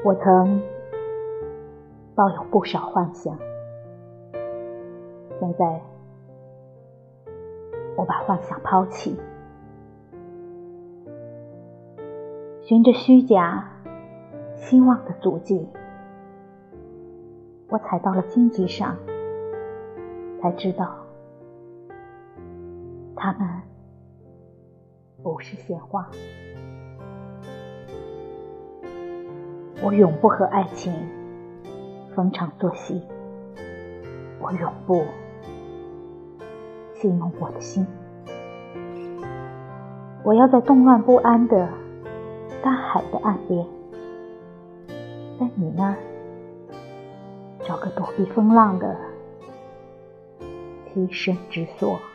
我曾抱有不少幻想，现在我把幻想抛弃，循着虚假希望的足迹，我踩到了荆棘上，才知道它们不是鲜花。我永不和爱情逢场作戏，我永不戏弄我的心。我要在动乱不安的大海的岸边，在你那儿找个躲避风浪的栖身之所。